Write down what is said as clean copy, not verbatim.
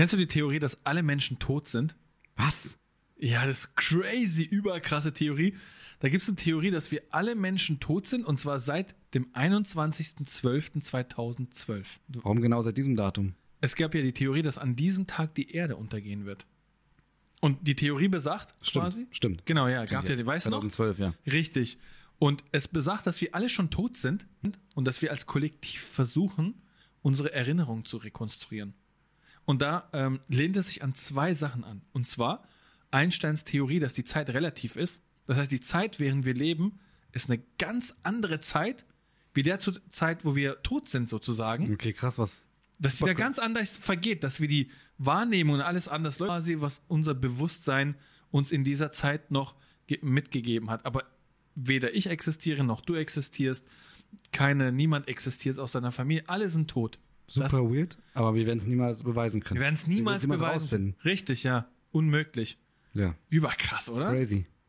Kennst du die Theorie, dass alle Menschen tot sind? Was? Ja, das ist crazy, überkrasse Theorie. Da gibt es eine Theorie, dass wir alle Menschen tot sind, und zwar seit dem 21.12.2012. Warum genau seit diesem Datum? Es gab ja die Theorie, dass an diesem Tag die Erde untergehen wird. Und die Theorie besagt quasi... Stimmt. Genau, ja, gab ja, weißt du noch? 2012, ja. Richtig. Und es besagt, dass wir alle schon tot sind und dass wir als Kollektiv versuchen, unsere Erinnerung zu rekonstruieren. Und da lehnt es sich an zwei Sachen an. Und zwar Einsteins Theorie, dass die Zeit relativ ist. Das heißt, die Zeit, während wir leben, ist eine ganz andere Zeit, wie der Zeit, wo wir tot sind sozusagen. Okay, krass, was... Dass die da ganz anders vergeht, dass wir die Wahrnehmung und alles anders läuft, quasi, was unser Bewusstsein uns in dieser Zeit noch mitgegeben hat. Aber weder ich existiere, noch du existierst, niemand existiert aus deiner Familie, alle sind tot. Super weird, aber wir werden es niemals beweisen können. Wir werden es niemals beweisen. Rausfinden. Richtig, ja. Unmöglich. Ja. Überkrass, oder? Crazy.